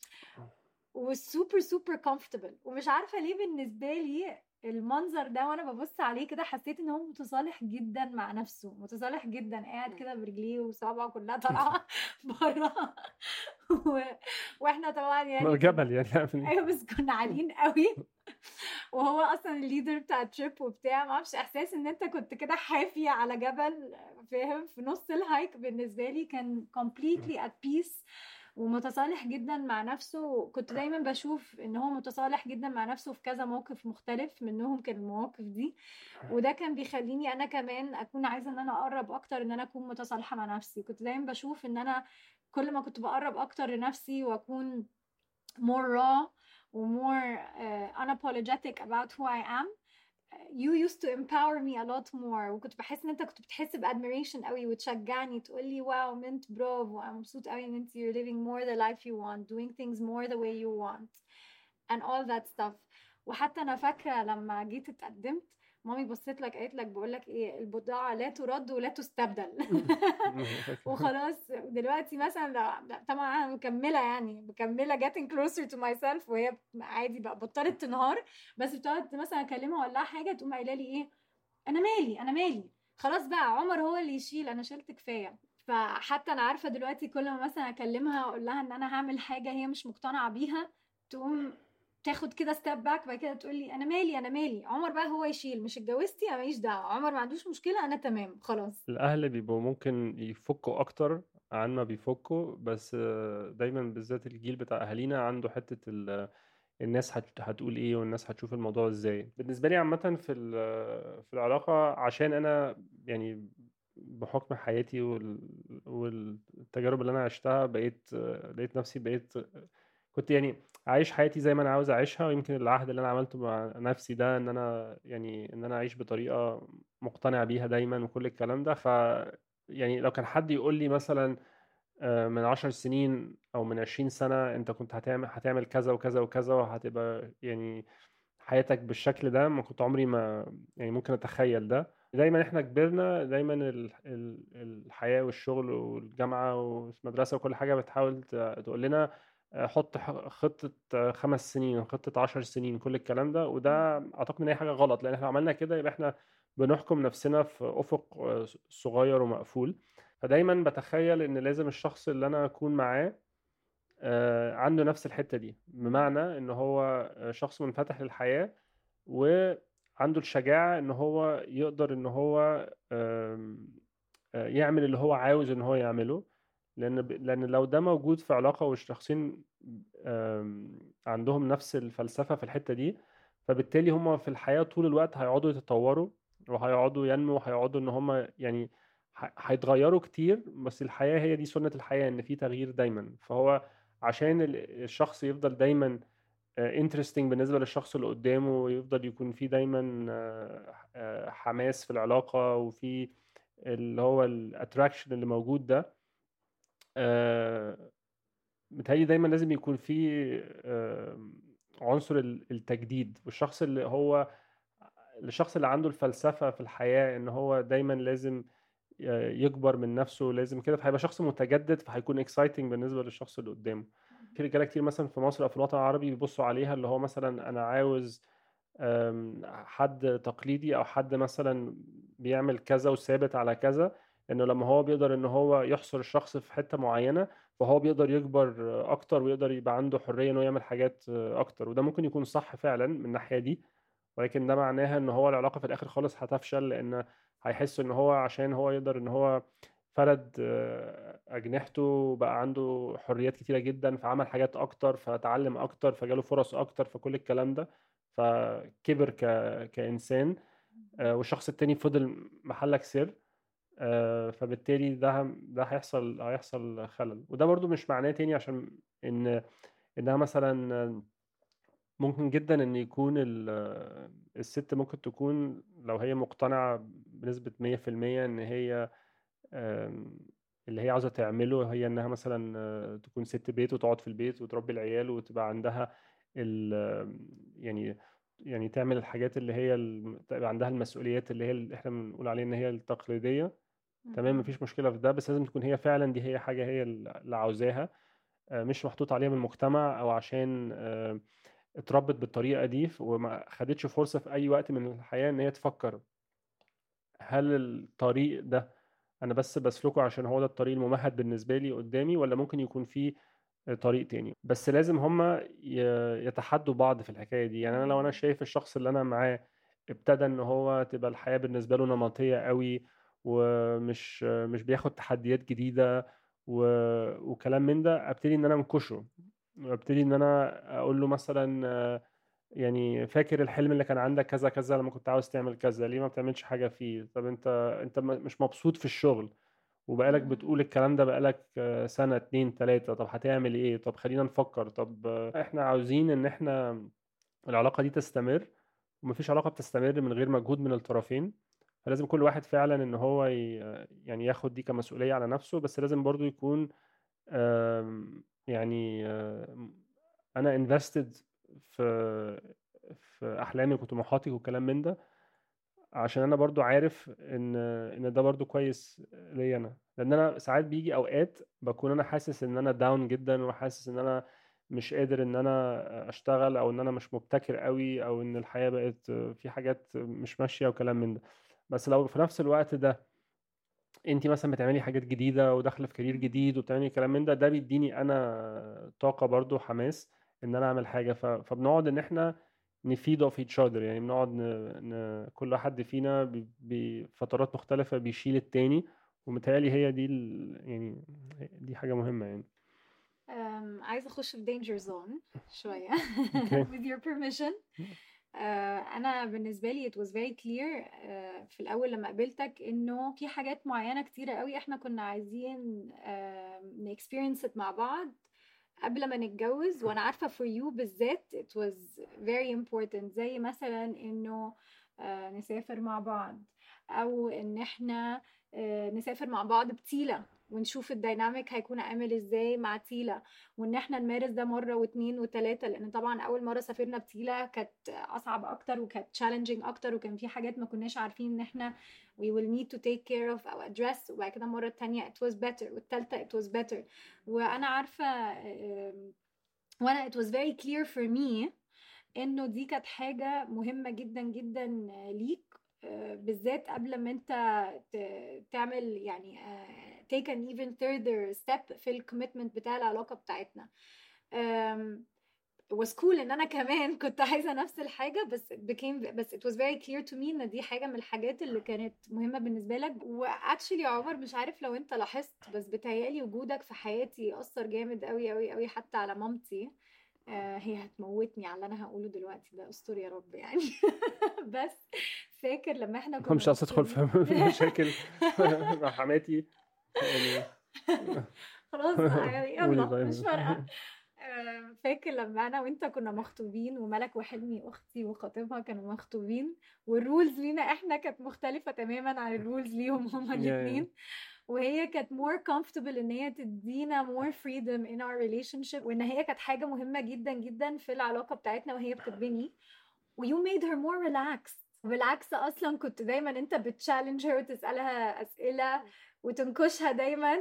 والسوبر سوبر كومفورتبل. ومش عارفه ليه بالنسبه لي المنظر ده وانا ببص عليه كده حسيت ان هو متصالح جدا مع نفسه, متصالح جدا قاعد كده برجليه وصابعه كلها طالعه بره و... واحنا طبعا يعني جبل يعني ايوه بس كنا عاليين قوي وهو اصلا الليدر بتاع التريب وبتاع, ما اعرفش احساس ان انت كنت كده حافي على جبل فاهم في نص الهايك, بالنسبه لي كان completely at peace ومتصالح جدا مع نفسه. كنت دايما بشوف ان هو متصالح جدا مع نفسه في كذا موقف مختلف منهم كان المواقف دي, وده كان بيخليني انا كمان اكون عايزه ان انا اقرب اكتر ان انا اكون متصالحه مع نفسي. كنت دايما بشوف ان انا كل ما كنت بقرب اكتر لنفسي واكون more raw و more uh, unapologetic about who I am, you used to empower me a lot more. وكنت بحس ان انت كنت بتحس بادميريشن قوي وتشجعني تقولي واو منت برافو, انا مبسوط قوي ان انت you're living more the life you want, doing things more the way you want and all that stuff. وحتى انا فاكره لما جيت اتقدمت مامي بصيت لك قالت لك بقول لك ايه, البضاعه لا ترد ولا تستبدل وخلاص. دلوقتي مثلا طبعا انا مكمله يعني مكمله getting closer to myself, وهي عادي بقى بطلت تنهار, بس بتقعد مثلا اكلمها ولا حاجه تقوم قايله لي ايه انا مالي انا مالي خلاص بقى عمر هو اللي يشيل, انا شلت كفايه. فحتى انا عارفه دلوقتي كل ما مثلا اكلمها اقول لها ان انا هعمل حاجه هي مش مقتنعه بيها تقوم تاخد كده ستيب باك بعد كده تقول لي انا مالي انا مالي عمر بقى هو يشيل, مش اتجوزتي انا ماليش دعوه, عمر ما عندوش مشكله انا تمام خلاص. الاهل بيبقوا ممكن يفكوا اكتر عن ما بيفكوا, بس دايما بالذات الجيل بتاع اهالينا عنده حته ال الناس هت- هتقول ايه والناس هتشوف الموضوع ازاي. بالنسبه لي عامه في ال- في العلاقه, عشان انا يعني بحكم حياتي وال... والتجارب اللي انا عشتها بقيت آه، لقيت نفسي بقيت كنت يعني عايش حياتي زي ما انا عاوز اعيشها. ويمكن العهد اللي انا عملته مع نفسي ده ان انا يعني ان انا اعيش بطريقة مقتنع بيها دايما وكل الكلام ده. ف يعني لو كان حد يقول لي مثلا آه، من عشر سنين او من عشرين سنة انت كنت هتعمل هتعمل كذا وكذا وكذا وهتبقى يعني حياتك بالشكل ده، ما كنت عمري ما يعني ممكن اتخيل ده. دايما احنا كبرنا، دايما ال- ال- الحياة والشغل والجامعة والمدرسة وكل حاجة بتحاول ت- تقول لنا آه، حط ح- خطة آه، خمس سنين، خطة عشر سنين، كل الكلام ده. وده اعتقد ان هي حاجة غلط، لان احنا عملنا كده يبقى احنا بنحكم نفسنا في افق آه، صغير ومقفول. فدايما بتخيل ان لازم الشخص اللي انا اكون معاه آه، عنده نفس الحتة دي، بمعنى ان هو آه، شخص منفتح للحياة وعنده الشجاعة ان هو يقدر ان هو آم، آه، يعمل اللي هو عاوز ان هو يعمله. لان ب- لان لو ده موجود في علاقة والشخصين آم، عندهم نفس الفلسفة في الحتة دي، فبالتالي هم في الحياة طول الوقت هيقعدوا يتطوروا وهيقعدوا ينموا وهيقعدوا ان هم يعني ه- هيتغيروا كتير. بس الحياة هي دي سنة الحياة، ان في تغيير دايما. فهو عشان ال- الشخص يفضل دايما انترستنج بالنسبة للشخص اللي قدامه، ويفضل يكون في دايما آه، آه، حماس في العلاقة، وفي اللي هو الاتراكشن اللي موجود ده. آه، متهيألي دايما لازم يكون في آه، عنصر ال- التجديد. والشخص اللي هو الشخص اللي عنده الفلسفة في الحياة ان هو دايما لازم يكبر من نفسه، لازم كده، فهيبقى شخص متجدد، فهيكون اكسايتنج بالنسبة للشخص اللي قدامه. في رجاله كتير مثلا في مصر او في الوطن العربي بيبصوا عليها اللي هو مثلا انا عاوز أم، حد تقليدي، او حد مثلا بيعمل كذا وثابت على كذا، انه لما هو بيقدر ان هو يحصر الشخص في حتة معينة فهو بيقدر يكبر اكتر ويقدر يبقى عنده حرية انه يعمل حاجات اكتر. وده ممكن يكون صح فعلا من الناحية دي، ولكن ده معناها ان هو العلاقة في الاخر خالص هتفشل، لان هيحس ان هو عشان هو يقدر ان هو فرد آه، أجنحته وبقى عنده حريات كتيرة جدا، فعمل حاجات أكتر، فتعلم أكتر، فجاله فرص أكتر، فكل الكلام ده فكبر ك... كإنسان. آه، والشخص التاني فضل محلك سر. آه، فبالتالي ده ده هيحصل هيحصل خلل. وده برضو مش معناه تاني عشان إن إنها مثلا ممكن جدا إن يكون ال- الست ممكن تكون لو هي مقتنعة بنسبة مية في المية إن هي آم، اللي هي عاوزة تعمله هي إنها مثلا آه، تكون ست بيت وتقعد في البيت وتربي العيال وتبقى عندها ال يعني يعني تعمل الحاجات اللي هي الم- تبقى عندها المسؤوليات اللي هي اللي احنا بنقول عليها إن هي التقليدية. تمام، مفيش مشكلة في ده، بس لازم تكون هي فعلا دي هي حاجة هي اللي عاوزاها، آه، مش محطوط عليها من المجتمع أو عشان آه، اتربت بالطريقة دي وما خدتش فرصة في أي وقت من الحياة إن هي تفكر هل الطريق ده انا بس بسلكه عشان هو ده الطريق الممهد بالنسبه لي قدامي، ولا ممكن يكون فيه طريق تاني. بس لازم هما ي- يتحدوا بعض في الحكايه دي. يعني انا لو انا شايف الشخص اللي انا معاه ابتدى ان هو تبقى الحياه بالنسبه له نمطيه قوي، ومش مش بياخد تحديات جديده و... وكلام من ده، ابتدي ان انا انكشه. ابتدي ان انا اقول له مثلا آه، يعني فاكر الحلم اللي كان عندك كذا كذا لما كنت عاوز تعمل كذا، ليه ما بتعملش حاجة فيه؟ طب انت انت م- مش مبسوط في الشغل وبقالك بتقول الكلام ده بقالك آه، سنة اتنين تلاتة، طب هتعمل ايه؟ طب خلينا نفكر. طب آه، احنا عاوزين ان احنا العلاقة دي تستمر، ومفيش علاقة بتستمر من غير مجهود من الطرفين. فلازم كل واحد فعلا ان هو ي... يعني ياخد دي كمسؤولية على نفسه. بس لازم برضو يكون آم، يعني آم، انا invested في في احلامي وطموحاتي وكلام من ده، عشان انا برضو عارف ان ان ده برضو كويس ليا انا. لان انا ساعات بيجي اوقات بكون انا حاسس ان انا داون جدا، وحاسس ان انا مش قادر ان انا اشتغل، او ان انا مش مبتكر قوي، او ان الحياة بقت في حاجات مش ماشية وكلام من ده. بس لو في نفس الوقت ده انت مثلا بتعملي حاجات جديده وداخله في كارير جديد وبتعملي كلام من ده، ده بيديني انا طاقه برضو، حماس ان انا اعمل حاجه. ف... فبنقعد ان احنا نفيد اوف ايتش اذر. يعني بنقعد ن... ن... كل حد فينا ب... بفترات مختلفه بيشيل التاني. ومتهيألي هي دي ال... يعني دي حاجه مهمه يعني. أم، عايزة أخش في danger zone شوية اوكي. with your permission. آه، انا بالنسبه لي it was very clear آه، في الاول لما قابلتك انه في حاجات معينه كتيره قوي احنا كنا عايزين نexperience مع بعض قبل ما نتجوز، وانا عارفه for you بالذات it was very important، زي مثلا انه آه، نسافر مع بعض، او ان احنا آه، نسافر مع بعض بتيلة ونشوف الديناميك هيكون عامل ازاي مع تيلة، وان احنا نمارس ده مرة واتنين وتلاتة، لان طبعا اول مرة سافرنا بتيلة كانت اصعب اكتر وكانت challenging اكتر، وكان في حاجات ما كناش عارفين ان احنا we will need to take care of او address، وبعد كده المرة التانية it was better، والتالتة it was better. وانا عارفة آم، وانا it was very clear for me انه دي كانت حاجة مهمة جدا جدا ليك، آه، بالذات قبل ما انت ت- تعمل يعني آه، take an even further step في الكوميتمنت بتاع العلاقة بتاعتنا. آم، was cool ان انا كمان كنت عايزة نفس الحاجة، بس it became بس it was very clear to me ان دي حاجة من الحاجات اللي كانت مهمة بالنسبة لك. واكشلي يا عمر مش عارف لو انت لاحظت، بس بتهيألي وجودك في حياتي أثر جامد قوي قوي قوي حتى على مامتي. آه، هي هتموتني على اللي انا هقوله دلوقتي ده، استر يا رب يعني. بس فاكر لما احنا كنا مش عايز ادخل في مخطوبين؟ في مشاكل مع حماتي يعني. خلاص بقى يعني قولي يلا مش طيب. فارقة. آه، فاكر لما انا وانت كنا مخطوبين، وملك وحلمي اختي وخطيبها كانوا مخطوبين، والرولز لينا احنا كانت مختلفة تماما عن الرولز ليهم هما يا- الاتنين، وهي كانت more comfortable ان هي تدينا more freedom in our relationship، وان هي كانت حاجة مهمة جدا جدا في العلاقة بتاعتنا وهي بتتبني، و you made her more relaxed. بالعكس اصلا كنت دايما انت بتشالنج her وتسألها اسئلة وتنكشها دايما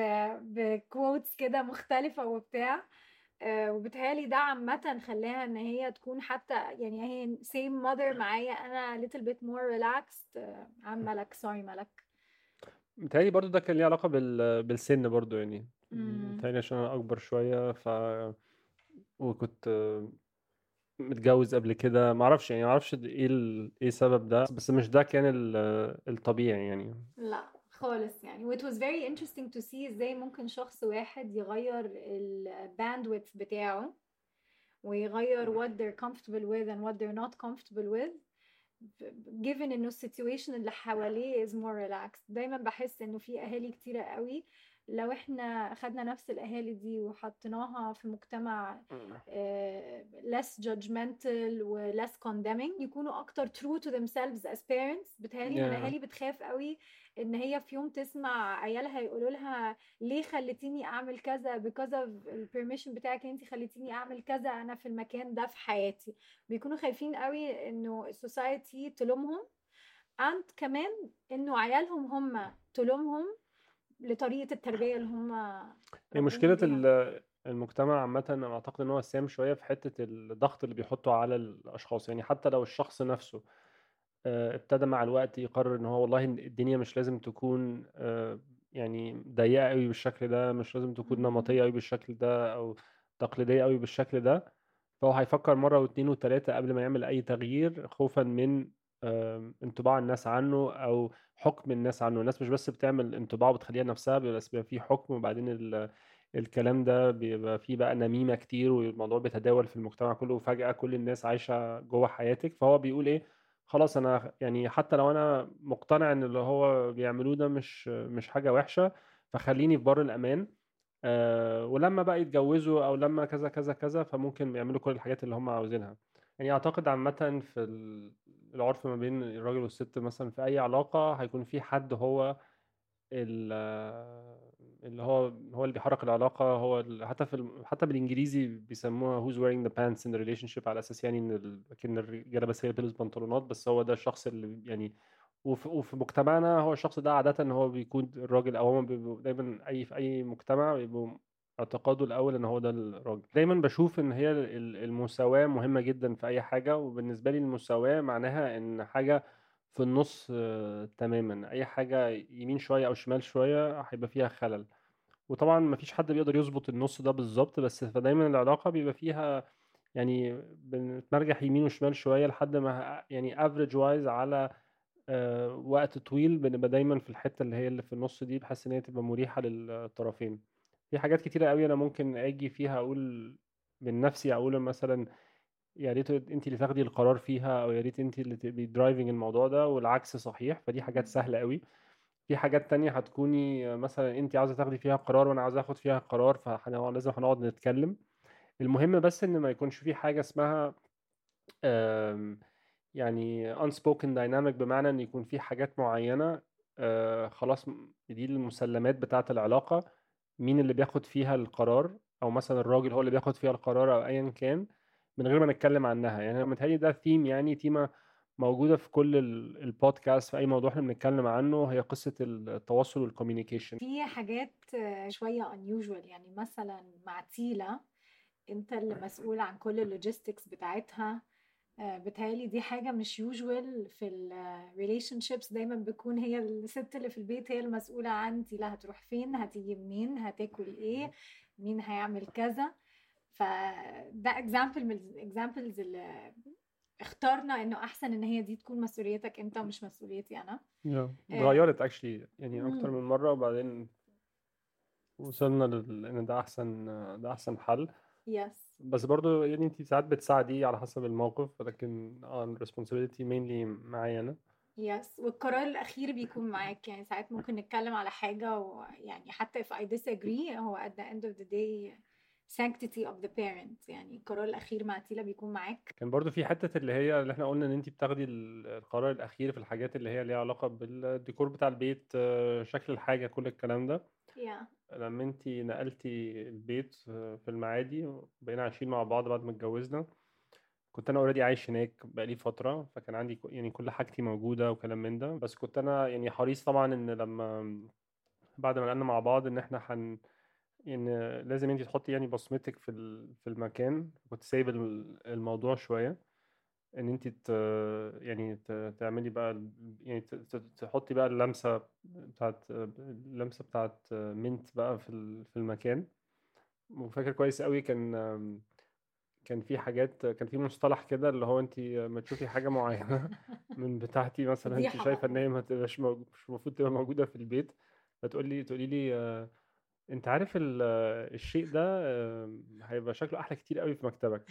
بكوتس كده مختلفة وبتاع. آه، وبتهيالي ده عامة خلاها ان هي تكون حتى يعني هي same mother معايا انا little bit more relaxed آه، عن ملك. sorry ملك. متهيألي برضو ده كان ليه علاقة بال... بالسن برضو يعني. مم. متهيألي عشان أنا أكبر شوية ف وكنت متجوز قبل كده، معرفش يعني معرفش ايه ال... ايه سبب ده، بس مش ده كان ال... الطبيعي يعني. لا خالص يعني. و it was very interesting to see ازاي ممكن شخص واحد يغير ال bandwidth بتاعه، ويغير what they're comfortable with and what they're not comfortable with given انه السيتويشن اللي حواليه is more relaxed. دايما بحس انه في اهالي كتيرة قوي لو احنا اخدنا نفس الاهالي دي وحطيناها في مجتمع آه، less judgmental و less condemning، يكونوا اكتر true to themselves as parents. بتهيألي ان Yeah. الاهالي بتخاف قوي ان هي في يوم تسمع عيالها يقولوا لها ليه خلتيني اعمل كذا because of البرميشن بتاعك انت خلتيني اعمل كذا انا في المكان ده في حياتي. بيكونوا خايفين قوي انه السوسايتي تلومهم، and كمان انه عيالهم هم تلومهم لطريقة التربية اللي هم هي ربوهم مشكلة بيها. ال- المجتمع عامة، أنا أعتقد إن هو سام شوية في حتة الضغط اللي بيحطه على الأشخاص. يعني حتى لو الشخص نفسه آه، ابتدى مع الوقت يقرر إن هو والله إن الدنيا مش لازم تكون آه، يعني ضيقة قوي بالشكل ده، مش لازم تكون مم. نمطية قوي بالشكل ده أو تقليدية قوي بالشكل ده، فهو هيفكر مرة واتنين وتلاتة قبل ما يعمل أي تغيير، خوفا من آم، انطباع الناس عنه أو حكم الناس عنه. الناس مش بس بتعمل انطباع وبتخليها نفسها، بس بيبقى فيه حكم، وبعدين ال- الكلام ده بيبقى فيه بقى نميمة كتير، والموضوع بيتداول في المجتمع كله، وفجأة كل الناس عايشة جوه حياتك. فهو بيقول إيه، خلاص أنا يعني حتى لو أنا مقتنع إن اللي هو بيعملوه ده مش مش حاجة وحشة، فخليني في بر الأمان. آه، ولما بقى يتجوزوا او لما كذا كذا كذا فممكن يعملوا كل الحاجات اللي هم عاوزينها. يعني اعتقد عامة في ال- العرف ما بين الراجل والست مثلا في اي علاقة هيكون في حد هو ال- اللي هو هو اللي بيحرك العلاقة، هو ال- حتى في ال- حتى بالانجليزي بيسموها who's wearing the pants in the relationship، على اساس يعني ان ال- لكن الرجالة بس هي اللي بتلبس بنطلونات، بس هو ده الشخص اللي يعني. وفي, وفي مجتمعنا هو الشخص ده عادة هو بيكون الراجل، او هم بيبقوا دايما اي في اي مجتمع بيبقوا اعتقاده الاول ان هو ده الراجل. دايما بشوف ان هي ال- المساواة مهمة جدا في اي حاجة، وبالنسبة لي المساواة معناها ان حاجة في النص آه، تماما. اي حاجه يمين شويه او شمال شويه هيبقى فيها خلل، وطبعا مفيش حد بيقدر يظبط النص ده بالظبط، بس فدايما العلاقه بيبقى فيها يعني بنتمرجح يمين وشمال شويه لحد ما يعني افريج وايز على آه، وقت طويل بنبقى دايما في الحته اللي هي اللي في النص دي، بحيث ان هي تبقى مريحه للطرفين. في حاجات كتيره قوي انا ممكن اجي فيها اقول من نفسي، اقول مثلا يا ريت انت اللي تاخدي القرار فيها، او يا ريت انت اللي تبقي درايفنج الموضوع ده، والعكس صحيح. فدي حاجات سهله قوي. في حاجات تانية هتكوني مثلا انت عاوزه تاخدي فيها قرار وانا عاوز اخد فيها قرار، فلازم هنقعد نتكلم. المهم بس ان ما يكونش في حاجه اسمها آم، يعني unspoken dynamic، بمعنى ان يكون في حاجات معينة آه، خلاص م- دي المسلمات بتاعة العلاقة، مين اللي بياخد فيها القرار، او مثلا الراجل هو اللي بياخد فيها القرار او ايا كان، من غير ما نتكلم عنها. يعني انا متهيألي ده ثيم، يعني تيمة موجودة في كل ال- البودكاست، في اي موضوع احنا بنتكلم عنه، هي قصة التواصل والكوميونيكيشن. في حاجات آه، شوية unusual، يعني مثلا مع تيلا انت اللي مسؤول عن كل اللوجيستكس بتاعتها. آه، بتهيألي دي حاجة مش يوجوال في الريليشن شيبس. دايما بتكون هي الست اللي في البيت هي المسؤولة عن تيلا هتروح فين، هتيجي منين، هتاكل ايه، مين هيعمل كذا. فده اكزامبل من الاكزامبلز اللي اخترنا انه احسن ان هي دي تكون مسؤوليتك انت ومش مسؤوليتي انا. Yeah. آه، اتغيرت اكشلي يعني اكتر مم. من مرة، وبعدين وصلنا لل- ان ده احسن ده احسن حل. يس. بس برضو يعني انت ساعات بتساعدي على حسب الموقف، لكن اه ال responsibility mainly معايا انا. يس، والقرار الأخير بيكون معاك. يعني ساعات ممكن نتكلم على حاجة ويعني حتى if I disagree هو at the end of the day sanctity of the parent، يعني القرار الأخير مع تيلا بيكون معاك. كان برضو في حتة اللي هي اللي احنا قلنا ان انت بتاخدي ال- القرار الاخير في الحاجات اللي هي ليها علاقة بالديكور بتاع البيت، آه، شكل الحاجة، كل الكلام ده. yeah. لما انت نقلتي البيت آه، في المعادي، بقينا عايشين مع بعض بعد ما اتجوزنا، كنت انا اوريدي عايش هناك بقالي فتره، فكان عندي ك- يعني كل حاجتي موجوده وكلام من ده. بس كنت انا يعني حريص طبعا ان لما بعد ما نقلنا مع بعض ان احنا هن يعني لازم انت تحطي يعني بصمتك في ال- في المكان. كنت سايب ال- الموضوع شويه، ان انت ت يعني ت- تعملي بقى ال- يعني ت- ت- تحطي بقى اللمسه بتاعت اللمسه بتاعت منت بقى في ال- في المكان. وفاكر كويس قوي، كان كان في حاجات، كان في مصطلح كده اللي هو انت ما تشوفي حاجه معينه من بتاعتي مثلا انت فضيحة شايفه ان بقى. هي ما تبقاش موجود، مش المفروض تبقى موجوده في البيت، فتقول لي تقولي لي آه، انت عارف ال- آه، الشيء ده آه، هيبقى شكله احلى كتير قوي في مكتبك.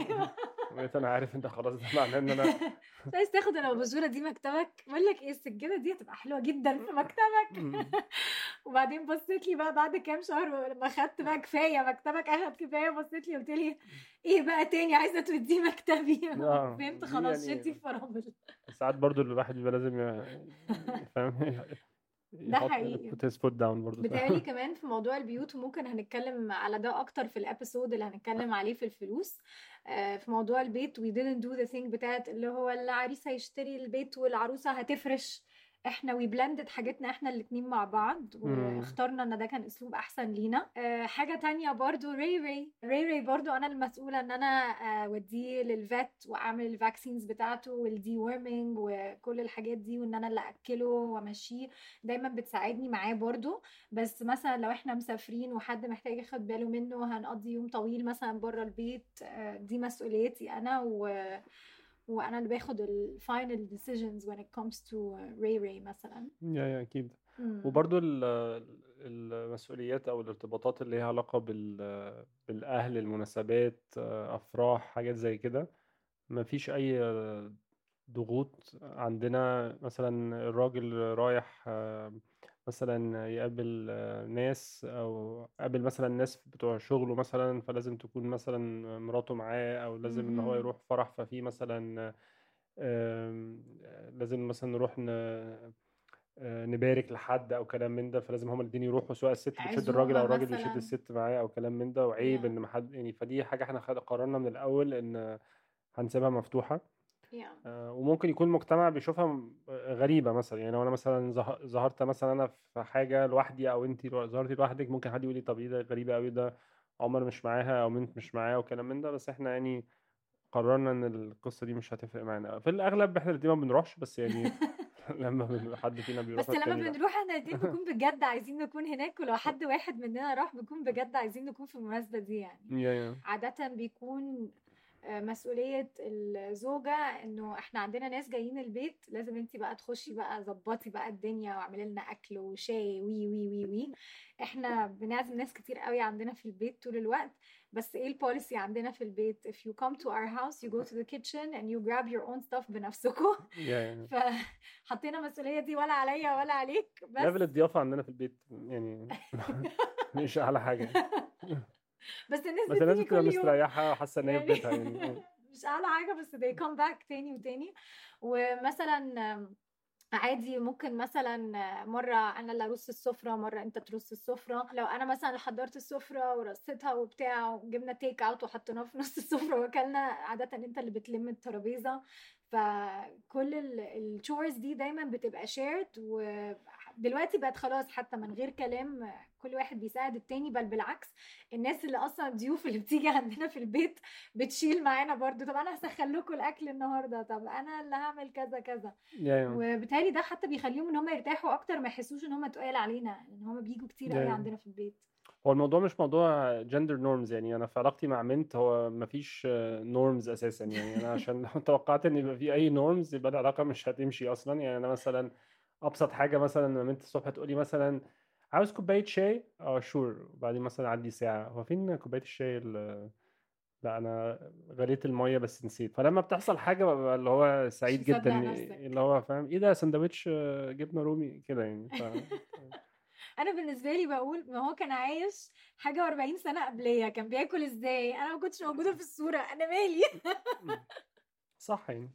قلت انا عارف انت خلاص، ده معناه ان انا مش عايز تاخد الاباجوره دي مكتبك؟ بقول لك ايه، السجاده دي هتبقى حلوه جدا في مكتبك. وبعدين بصيت لي بقى بعد كام شهر لما خدت بقى كفايه مكتبك، اخد كفايه، بصيت لي قلت لي ايه بقى تاني عايزه توديه مكتبي؟ اه فهمت دي خلاص، شلتي يعني الفرامل. ساعات برضو الواحد بيبقى لازم ي- فاهم، ده يحط حقيقي. put his foot down برضو. بتهيألي كمان في موضوع البيوت، وممكن هنتكلم على ده اكتر في الابيسود اللي هنتكلم عليه في الفلوس. آه، في موضوع البيت we didn't do the thing بتاعت اللي هو العريس هيشتري البيت والعروسة هتفرش. احنا we blended حاجتنا احنا الاتنين مع بعض، مم. واخترنا ان ده كان اسلوب احسن لينا. آه، حاجة تانية برضو ري ري ري ري برضو انا المسؤولة ان انا آه، اوديه للفت واعمل الفاكسينز بتاعته والدي وورمينج وكل الحاجات دي، وان انا اللي اكله وامشيه. دايما بتساعدني معاه برضو. بس مثلا لو احنا مسافرين وحد محتاج ياخد باله منه، هنقضي يوم طويل مثلا بره البيت، آه، دي مسؤوليتي انا، و... وانا اللي باخد ال final decisions when it comes to Ray Ray مثلا. يا يا اكيد. مم. وبرضو ال- المسؤوليات او الارتباطات اللي ليها علاقه بال بالاهل، المناسبات، افراح، حاجات زي كده، ما فيش اي ضغوط عندنا. مثلا الراجل رايح آه، مثلا يقابل آه، ناس، او قابل مثلا ناس بتوع شغله مثلا، فلازم تكون مثلا مراته معاه، او لازم ان هو مهم. يروح فرح، ففي مثلا آم، لازم مثلا نروح ن- آه، نبارك لحد او كلام من ده، فلازم هما الاتنين يروحوا، سواء الست بتشد الراجل او عزومة الراجل بيشد مثلا. الست معاه او كلام من ده، وعيب yeah ان محد يعني. فدي حاجه احنا خد قررنا من الاول ان هنسيبها مفتوحه. yeah آه، وممكن يكون المجتمع بيشوفها م- غريبه مثلا. يعني لو انا مثلا ظه- ظهرت مثلا انا في حاجه لوحدي، او انت ظهرتي لوحدك، ممكن حد يقول لي طب ايه ده غريبه قوي، ده عمر مش معاها او بنت مش معاها وكلام من ده. بس احنا يعني قررنا ان القصه دي مش هتفرق معانا في الاغلب. احنا الاتنين ما بنروحش، بس يعني لما بن- حد فينا بيروح بس لما التاني لا. بنروح احنا الاتنين بنكون بجد عايزين نكون هناك، ولو حد واحد مننا راح بنكون بجد عايزين نكون في المناسبة دي يعني. يا يا عادة بيكون مسؤولية الزوجة انه احنا عندنا ناس جايين البيت، لازم انتي بقى تخشي بقى ظبطي بقى الدنيا واعملي لنا اكل وشاي وي وي وي وي. احنا بنعزم ناس كتير قوي عندنا في البيت طول الوقت، بس ايه البوليسي عندنا في البيت؟ if you come to our house you go to the kitchen and you grab your own stuff بنفسكم. يعني فحطينا المسؤولية دي ولا عليا ولا عليك، بس ليفل الضيافة عندنا في البيت يعني مش أعلى حاجة، بس الناس بس الناس بتيجي بتبقى كل يوم مستريحة وحاسة إن هي في يعني بيتها يعني. مش اعلى حاجه، بس they come back تاني وتاني. ومثلا عادي ممكن مثلا مره انا اللي ارص السفره، مره انت ترص السفره. لو انا مثلا حضرت السفره ورصيتها وبتاع وجبنا تيك اوت وحطيناه في نص السفره واكلنا، عاده انت اللي بتلم الترابيزه. فكل الشورز دي دايما بتبقى شيرد، ودلوقتي بقت خلاص حتى من غير كلام كل واحد بيساعد التاني، بل بالعكس الناس اللي اصلا الضيوف اللي بتيجي عندنا في البيت بتشيل معانا برضو. طب انا هسخن لكم الاكل النهارده، طب انا اللي هعمل كذا كذا. يعني وبالتالي ده حتى بيخليهم ان هم يرتاحوا اكتر، ما يحسوش ان هم تقال علينا، ان هم بيجوا كتير قوي يعني عندنا في البيت. هو الموضوع مش موضوع جندر نورمز، يعني انا في علاقتي مع منت هو مفيش نورمز اساسا. يعني انا عشان لو توقعت ان يبقى في اي نورمز يبقى العلاقه مش هتمشي اصلا. يعني انا مثلا ابسط حاجه، مثلا لما منت الصبح تقولي مثلا عاوز كوبايه شاي، اه شور، وبعدين مثلا عدي ساعه هو فين كوبايه الشاي؟ لا انا غليت الميه بس نسيت. فلما بتحصل حاجه ببقى اللي هو مش سعيد مصدق جدا، نفسك. اللي هو فاهم ايه ده، سندوتش جبنه رومي كده يعني. ف... انا بالنسبه لي بقول ما هو كان عايش حاجه واربعين سنه قبليه، كان بياكل ازاي؟ انا ما كنتش موجوده في الصوره، انا مالي. صح يعني.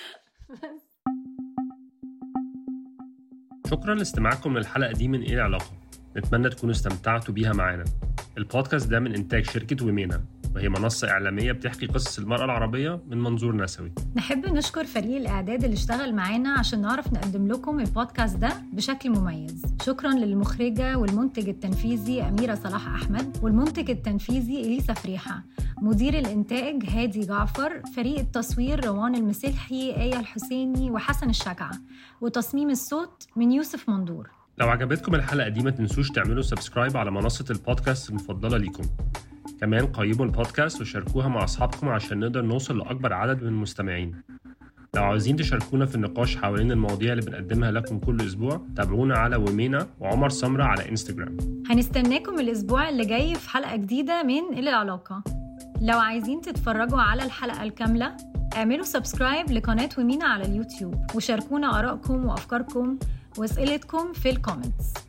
شكرا لاستماعكم للحلقة دي من ايه العلاقة. نتمنى تكونوا استمتعتوا بيها معانا. البودكاست ده من انتاج شركة ومينا، وهي منصة إعلامية بتحكي قصص المرأة العربية من منظور نسوي. نحب نشكر فريق الإعداد اللي اشتغل معانا عشان نعرف نقدم لكم البودكاست ده بشكل مميز. شكرا للمخرجة والمنتج التنفيذي أميرة صلاح أحمد، والمنتج التنفيذي إليسا فريحة، مدير الإنتاج هادي جعفر، فريق التصوير روان المسلحي، آية الحسيني وحسن الشجعة، وتصميم الصوت من يوسف مندور. لو عجبتكم الحلقة دي ما تنسوش تعملوا سبسكرايب على منصة البودكاست المفضلة ليكم. كمان قيموا البودكاست وشاركوها مع أصحابكم عشان نقدر نوصل لأكبر عدد من المستمعين. لو عاوزين تشاركونا في النقاش حوالين المواضيع اللي بنقدمها لكم كل أسبوع، تابعونا على ومينا وعمر سمرة على إنستجرام. هنستناكم الأسبوع اللي جاي في حلقة جديدة من إلى العلاقة. لو عايزين تتفرجوا على الحلقة الكاملة اعملوا سبسكرايب لقناة ومينا على اليوتيوب، وشاركونا آرائكم وأفكاركم وأسئلتكم في الكومنتس.